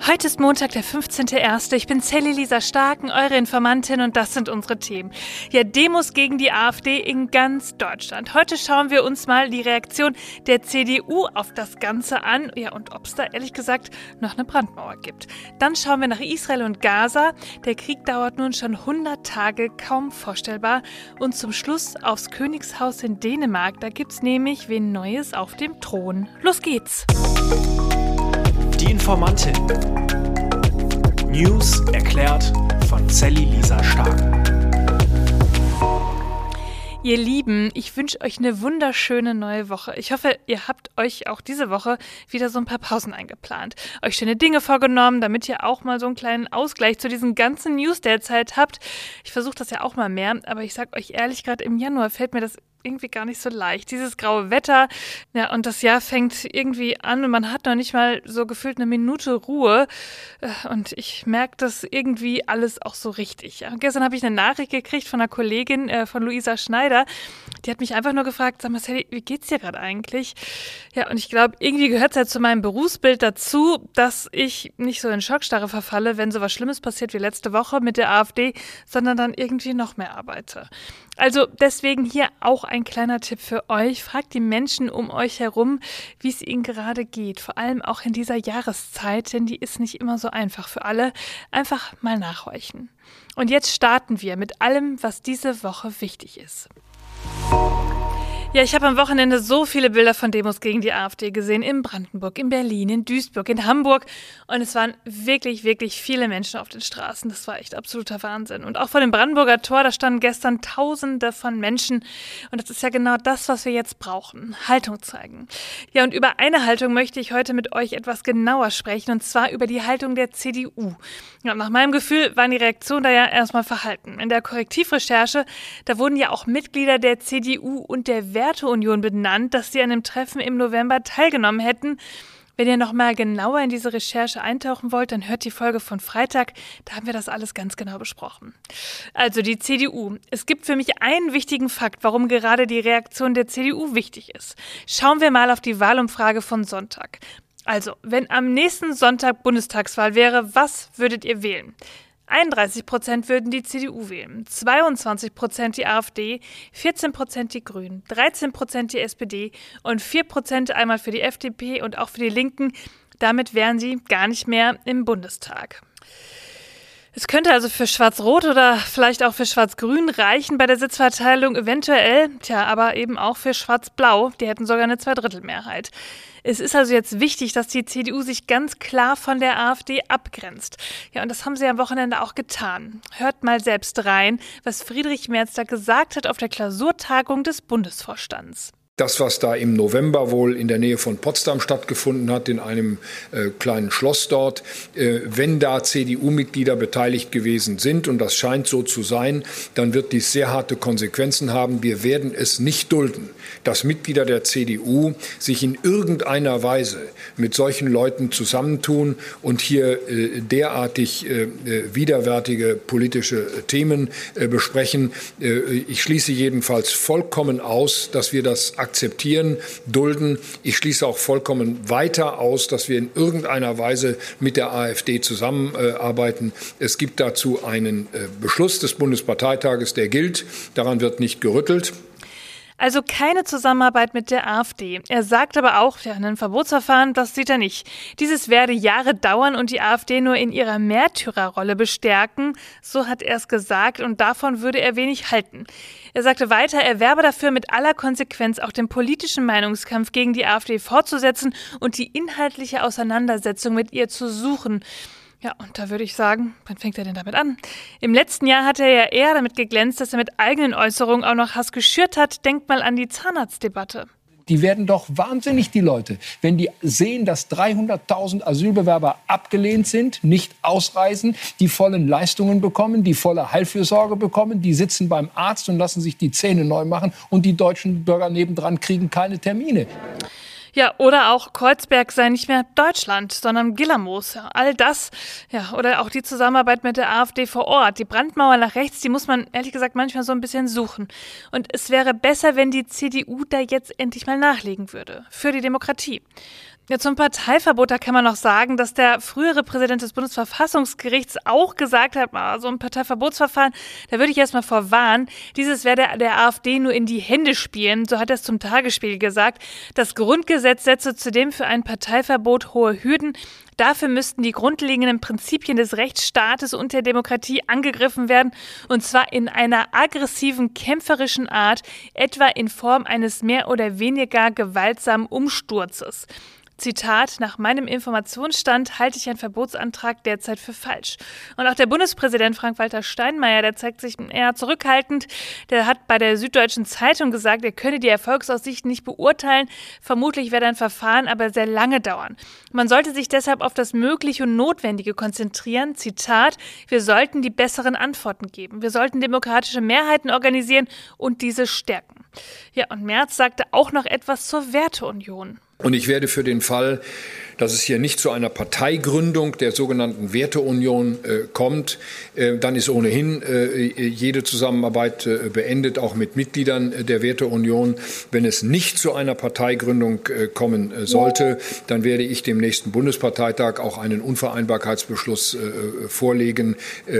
Heute ist Montag, der 15.01. Ich bin Sally Lisa Starken, eure Informantin, und das sind unsere Themen. Ja, Demos gegen die AfD in ganz Deutschland. Heute schauen wir uns mal die Reaktion der CDU auf das Ganze an. Ja, und ob es da ehrlich gesagt noch eine Brandmauer gibt. Dann schauen wir nach Israel und Gaza. Der Krieg dauert nun schon 100 Tage, kaum vorstellbar. Und zum Schluss aufs Königshaus in Dänemark. Da gibt's nämlich wen Neues auf dem Thron. Los geht's! Die Informantin. News erklärt von Sally Lisa Starken. Ihr Lieben, ich wünsche euch eine wunderschöne neue Woche. Ich hoffe, ihr habt euch auch diese Woche wieder so ein paar Pausen eingeplant. Euch schöne Dinge vorgenommen, damit ihr auch mal so einen kleinen Ausgleich zu diesen ganzen News derzeit habt. Ich versuche das ja auch mal mehr, aber ich sag euch ehrlich, gerade im Januar fällt mir das irgendwie gar nicht so leicht. Dieses graue Wetter, ja, und das Jahr fängt irgendwie an und man hat noch nicht mal so gefühlt eine Minute Ruhe. Und ich merke das irgendwie alles auch so richtig. Ja. Gestern habe ich eine Nachricht gekriegt von einer Kollegin, von Luisa Schneider. Die hat mich einfach nur gefragt, sag mal, Sally, wie geht's dir gerade eigentlich? Ja, und ich glaube, irgendwie gehört es halt zu meinem Berufsbild dazu, dass ich nicht so in Schockstarre verfalle, wenn so was Schlimmes passiert wie letzte Woche mit der AfD, sondern dann irgendwie noch mehr arbeite. Also deswegen hier auch ein kleiner Tipp für euch. Fragt die Menschen um euch herum, wie es ihnen gerade geht. Vor allem auch in dieser Jahreszeit, denn die ist nicht immer so einfach für alle. Einfach mal nachhorchen. Und jetzt starten wir mit allem, was diese Woche wichtig ist. Ja, ich habe am Wochenende so viele Bilder von Demos gegen die AfD gesehen. In Brandenburg, in Berlin, in Duisburg, in Hamburg. Und es waren wirklich, wirklich viele Menschen auf den Straßen. Das war echt absoluter Wahnsinn. Und auch vor dem Brandenburger Tor, da standen gestern Tausende von Menschen. Und das ist ja genau das, was wir jetzt brauchen. Haltung zeigen. Ja, und über eine Haltung möchte ich heute mit euch etwas genauer sprechen. Und zwar über die Haltung der CDU. Ja, nach meinem Gefühl waren die Reaktionen da ja erstmal verhalten. In der Korrektivrecherche, da wurden ja auch Mitglieder der CDU und der Werteunion benannt, dass sie an dem Treffen im November teilgenommen hätten. Wenn ihr noch mal genauer in diese Recherche eintauchen wollt, dann hört die Folge von Freitag. Da haben wir das alles ganz genau besprochen. Also die CDU. Es gibt für mich einen wichtigen Fakt, warum gerade die Reaktion der CDU wichtig ist. Schauen wir mal auf die Wahlumfrage von Sonntag. Also, wenn am nächsten Sonntag Bundestagswahl wäre, was würdet ihr wählen? 31% würden die CDU wählen, 22% die AfD, 14% die Grünen, 13% die SPD und 4% einmal für die FDP und auch für die Linken. Damit wären sie gar nicht mehr im Bundestag. Es könnte also für Schwarz-Rot oder vielleicht auch für Schwarz-Grün reichen bei der Sitzverteilung, eventuell, aber eben auch für Schwarz-Blau. Die hätten sogar eine Zweidrittelmehrheit. Es ist also jetzt wichtig, dass die CDU sich ganz klar von der AfD abgrenzt. Ja, und das haben sie am Wochenende auch getan. Hört mal selbst rein, was Friedrich Merz da gesagt hat auf der Klausurtagung des Bundesvorstands. Das, was da im November wohl in der Nähe von Potsdam stattgefunden hat, in einem kleinen Schloss dort, wenn da CDU-Mitglieder beteiligt gewesen sind, und das scheint so zu sein, dann wird dies sehr harte Konsequenzen haben. Wir werden es nicht dulden, dass Mitglieder der CDU sich in irgendeiner Weise mit solchen Leuten zusammentun und hier derartig widerwärtige politische Themen besprechen. Ich schließe jedenfalls vollkommen aus, dass wir das akzeptieren, dulden. Ich schließe auch vollkommen weiter aus, dass wir in irgendeiner Weise mit der AfD zusammenarbeiten. Es gibt dazu einen Beschluss des Bundesparteitages, der gilt. Daran wird nicht gerüttelt. Also keine Zusammenarbeit mit der AfD. Er sagt aber auch, ein Verbotsverfahren, das sieht er nicht. Dieses werde Jahre dauern und die AfD nur in ihrer Märtyrerrolle bestärken. So hat er es gesagt, und davon würde er wenig halten. Er sagte weiter, er werbe dafür, mit aller Konsequenz auch den politischen Meinungskampf gegen die AfD fortzusetzen und die inhaltliche Auseinandersetzung mit ihr zu suchen. Ja, und da würde ich sagen, wann fängt er denn damit an? Im letzten Jahr hat er ja eher damit geglänzt, dass er mit eigenen Äußerungen auch noch Hass geschürt hat. Denkt mal an die Zahnarztdebatte. Die werden doch wahnsinnig, die Leute, wenn die sehen, dass 300.000 Asylbewerber abgelehnt sind, nicht ausreisen, die vollen Leistungen bekommen, die volle Heilfürsorge bekommen, die sitzen beim Arzt und lassen sich die Zähne neu machen, und die deutschen Bürger nebendran kriegen keine Termine. Ja, oder auch Kreuzberg sei nicht mehr Deutschland, sondern Gillamos. Ja, all das, ja, oder auch die Zusammenarbeit mit der AfD vor Ort. Die Brandmauer nach rechts, die muss man ehrlich gesagt manchmal so ein bisschen suchen. Und es wäre besser, wenn die CDU da jetzt endlich mal nachlegen würde. Für die Demokratie. Ja, zum Parteiverbot, da kann man noch sagen, dass der frühere Präsident des Bundesverfassungsgerichts auch gesagt hat, so ein Parteiverbotsverfahren, da würde ich erstmal vorwarnen, dieses werde der AfD nur in die Hände spielen, so hat er es zum Tagesspiegel gesagt. Das Grundgesetz setze zudem für ein Parteiverbot hohe Hürden. Dafür müssten die grundlegenden Prinzipien des Rechtsstaates und der Demokratie angegriffen werden, und zwar in einer aggressiven, kämpferischen Art, etwa in Form eines mehr oder weniger gewaltsamen Umsturzes. Zitat, nach meinem Informationsstand halte ich einen Verbotsantrag derzeit für falsch. Und auch der Bundespräsident Frank-Walter Steinmeier, der zeigt sich eher zurückhaltend. Der hat bei der Süddeutschen Zeitung gesagt, er könne die Erfolgsaussichten nicht beurteilen. Vermutlich werde ein Verfahren aber sehr lange dauern. Man sollte sich deshalb auf das Mögliche und Notwendige konzentrieren. Zitat, wir sollten die besseren Antworten geben. Wir sollten demokratische Mehrheiten organisieren und diese stärken. Ja, und Merz sagte auch noch etwas zur Werteunion. Und ich werde für den Fall, dass es hier nicht zu einer Parteigründung der sogenannten Werteunion kommt, dann ist ohnehin jede Zusammenarbeit beendet, auch mit Mitgliedern der Werteunion. Wenn es nicht zu einer Parteigründung kommen sollte, dann werde ich dem nächsten Bundesparteitag auch einen Unvereinbarkeitsbeschluss vorlegen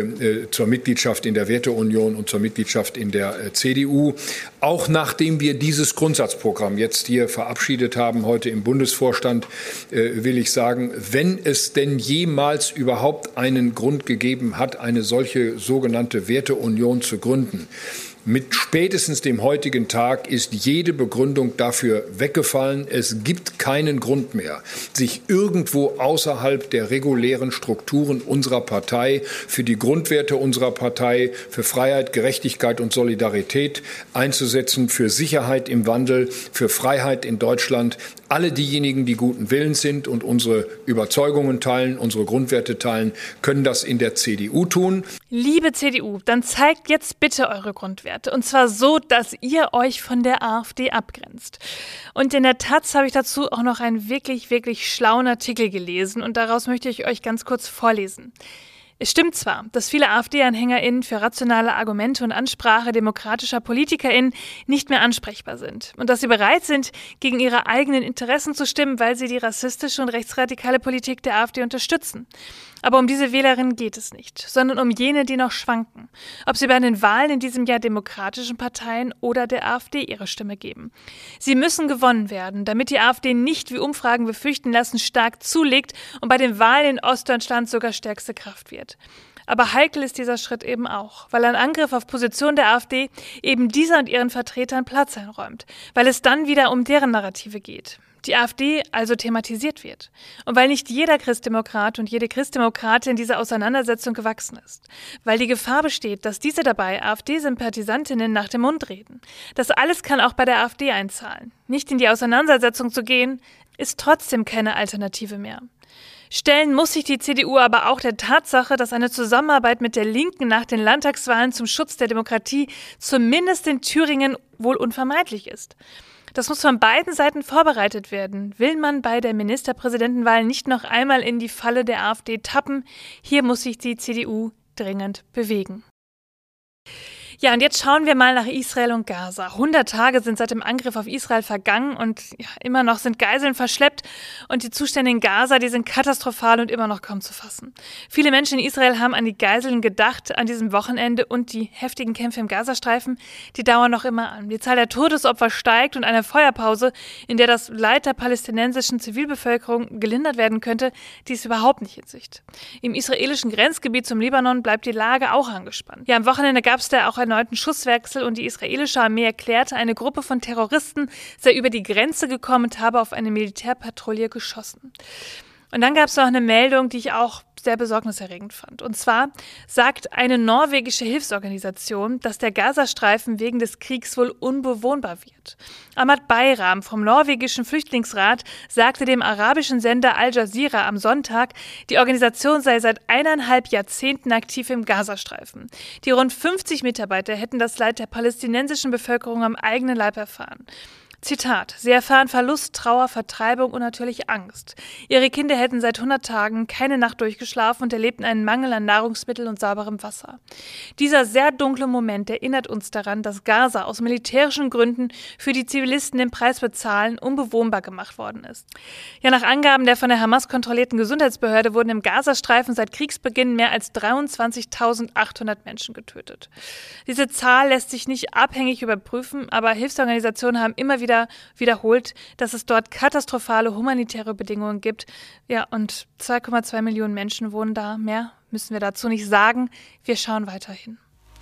zur Mitgliedschaft in der Werteunion und zur Mitgliedschaft in der CDU. Auch nachdem wir dieses Grundsatzprogramm jetzt hier verabschiedet haben, heute im Bundesvorstand, will ich sagen, wenn es denn jemals überhaupt einen Grund gegeben hat, eine solche sogenannte Werteunion zu gründen, mit spätestens dem heutigen Tag ist jede Begründung dafür weggefallen. Es gibt keinen Grund mehr, sich irgendwo außerhalb der regulären Strukturen unserer Partei für die Grundwerte unserer Partei, für Freiheit, Gerechtigkeit und Solidarität einzusetzen, für Sicherheit im Wandel, für Freiheit in Deutschland. Alle diejenigen, die guten Willens sind und unsere Überzeugungen teilen, unsere Grundwerte teilen, können das in der CDU tun. Liebe CDU, dann zeigt jetzt bitte eure Grundwerte. Und zwar so, dass ihr euch von der AfD abgrenzt. Und in der Taz habe ich dazu auch noch einen wirklich, wirklich schlauen Artikel gelesen. Und daraus möchte ich euch ganz kurz vorlesen. Es stimmt zwar, dass viele AfD-AnhängerInnen für rationale Argumente und Ansprache demokratischer PolitikerInnen nicht mehr ansprechbar sind und dass sie bereit sind, gegen ihre eigenen Interessen zu stimmen, weil sie die rassistische und rechtsradikale Politik der AfD unterstützen. Aber um diese Wählerinnen geht es nicht, sondern um jene, die noch schwanken, ob sie bei den Wahlen in diesem Jahr demokratischen Parteien oder der AfD ihre Stimme geben. Sie müssen gewonnen werden, damit die AfD nicht, wie Umfragen befürchten lassen, stark zulegt und bei den Wahlen in Ostdeutschland sogar stärkste Kraft wird. Aber heikel ist dieser Schritt eben auch, weil ein Angriff auf Position der AfD eben dieser und ihren Vertretern Platz einräumt, weil es dann wieder um deren Narrative geht. Die AfD also thematisiert wird. Und weil nicht jeder Christdemokrat und jede Christdemokratin dieser Auseinandersetzung gewachsen ist. Weil die Gefahr besteht, dass diese dabei AfD-Sympathisantinnen nach dem Mund reden. Das alles kann auch bei der AfD einzahlen. Nicht in die Auseinandersetzung zu gehen, ist trotzdem keine Alternative mehr. Stellen muss sich die CDU aber auch der Tatsache, dass eine Zusammenarbeit mit der Linken nach den Landtagswahlen zum Schutz der Demokratie zumindest in Thüringen wohl unvermeidlich ist. Das muss von beiden Seiten vorbereitet werden. Will man bei der Ministerpräsidentenwahl nicht noch einmal in die Falle der AfD tappen? Hier muss sich die CDU dringend bewegen. Ja, und jetzt schauen wir mal nach Israel und Gaza. 100 Tage sind seit dem Angriff auf Israel vergangen und ja, immer noch sind Geiseln verschleppt. Und die Zustände in Gaza, die sind katastrophal und immer noch kaum zu fassen. Viele Menschen in Israel haben an die Geiseln gedacht an diesem Wochenende und die heftigen Kämpfe im Gazastreifen, die dauern noch immer an. Die Zahl der Todesopfer steigt und eine Feuerpause, in der das Leid der palästinensischen Zivilbevölkerung gelindert werden könnte, die ist überhaupt nicht in Sicht. Im israelischen Grenzgebiet zum Libanon bleibt die Lage auch angespannt. Ja, am Wochenende gab es da auch erneuten Schusswechsel und die israelische Armee erklärte, eine Gruppe von Terroristen sei über die Grenze gekommen und habe auf eine Militärpatrouille geschossen. Und dann gab es noch eine Meldung, die ich auch sehr besorgniserregend fand. Und zwar sagt eine norwegische Hilfsorganisation, dass der Gazastreifen wegen des Kriegs wohl unbewohnbar wird. Ahmad Bayram vom norwegischen Flüchtlingsrat sagte dem arabischen Sender Al Jazeera am Sonntag, die Organisation sei seit 1,5 Jahrzehnten aktiv im Gazastreifen. Die rund 50 Mitarbeiter hätten das Leid der palästinensischen Bevölkerung am eigenen Leib erfahren. Zitat: Sie erfahren Verlust, Trauer, Vertreibung und natürlich Angst. Ihre Kinder hätten seit 100 Tagen keine Nacht durchgeschlafen und erlebten einen Mangel an Nahrungsmitteln und sauberem Wasser. Dieser sehr dunkle Moment erinnert uns daran, dass Gaza aus militärischen Gründen für die Zivilisten den Preis bezahlen, unbewohnbar gemacht worden ist. Ja, nach Angaben der von der Hamas kontrollierten Gesundheitsbehörde wurden im Gazastreifen seit Kriegsbeginn mehr als 23.800 Menschen getötet. Diese Zahl lässt sich nicht abhängig überprüfen, aber Hilfsorganisationen haben immer wieder wiederholt, dass es dort katastrophale humanitäre Bedingungen gibt. Ja, und 2,2 Millionen Menschen wohnen da. Mehr müssen wir dazu nicht sagen. Wir schauen weiterhin.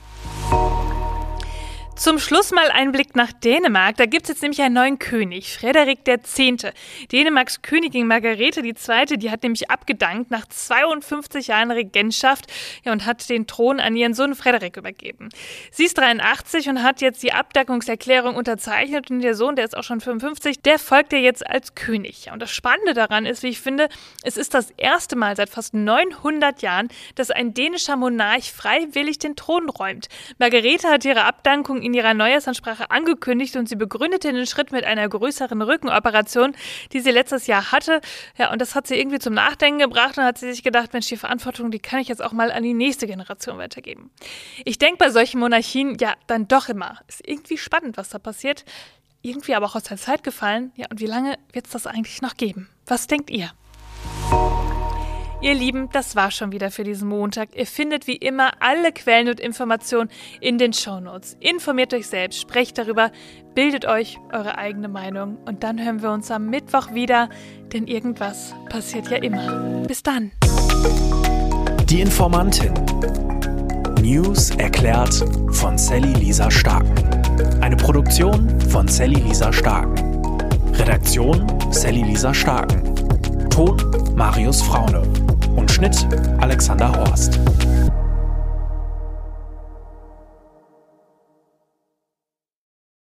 Zum Schluss mal ein Blick nach Dänemark. Da gibt es jetzt nämlich einen neuen König, Frederik X. Dänemarks Königin Margrethe II., die hat nämlich abgedankt nach 52 Jahren Regentschaft, ja, und hat den Thron an ihren Sohn Frederik übergeben. Sie ist 83 und hat jetzt die Abdankungserklärung unterzeichnet und ihr Sohn, der ist auch schon 55, der folgt ihr jetzt als König. Und das Spannende daran ist, wie ich finde, es ist das erste Mal seit fast 900 Jahren, dass ein dänischer Monarch freiwillig den Thron räumt. Margrethe hat ihre Abdankung in ihrer Neujahrsansprache angekündigt und sie begründete den Schritt mit einer größeren Rückenoperation, die sie letztes Jahr hatte. Ja, und das hat sie irgendwie zum Nachdenken gebracht und hat sie sich gedacht, Mensch, die Verantwortung, die kann ich jetzt auch mal an die nächste Generation weitergeben. Ich denke bei solchen Monarchien ja dann doch immer, ist irgendwie spannend, was da passiert, irgendwie aber auch aus der Zeit gefallen. Ja, und wie lange wird es das eigentlich noch geben? Was denkt ihr? Ihr Lieben, das war schon wieder für diesen Montag. Ihr findet wie immer alle Quellen und Informationen in den Shownotes. Informiert euch selbst, sprecht darüber, bildet euch eure eigene Meinung und dann hören wir uns am Mittwoch wieder, denn irgendwas passiert ja immer. Bis dann. Die Informantin. News erklärt von Sally Lisa Starken. Eine Produktion von Sally Lisa Starken. Redaktion Sally Lisa Starken. Ton Marius Fraune und Schnitt Alexander Horst.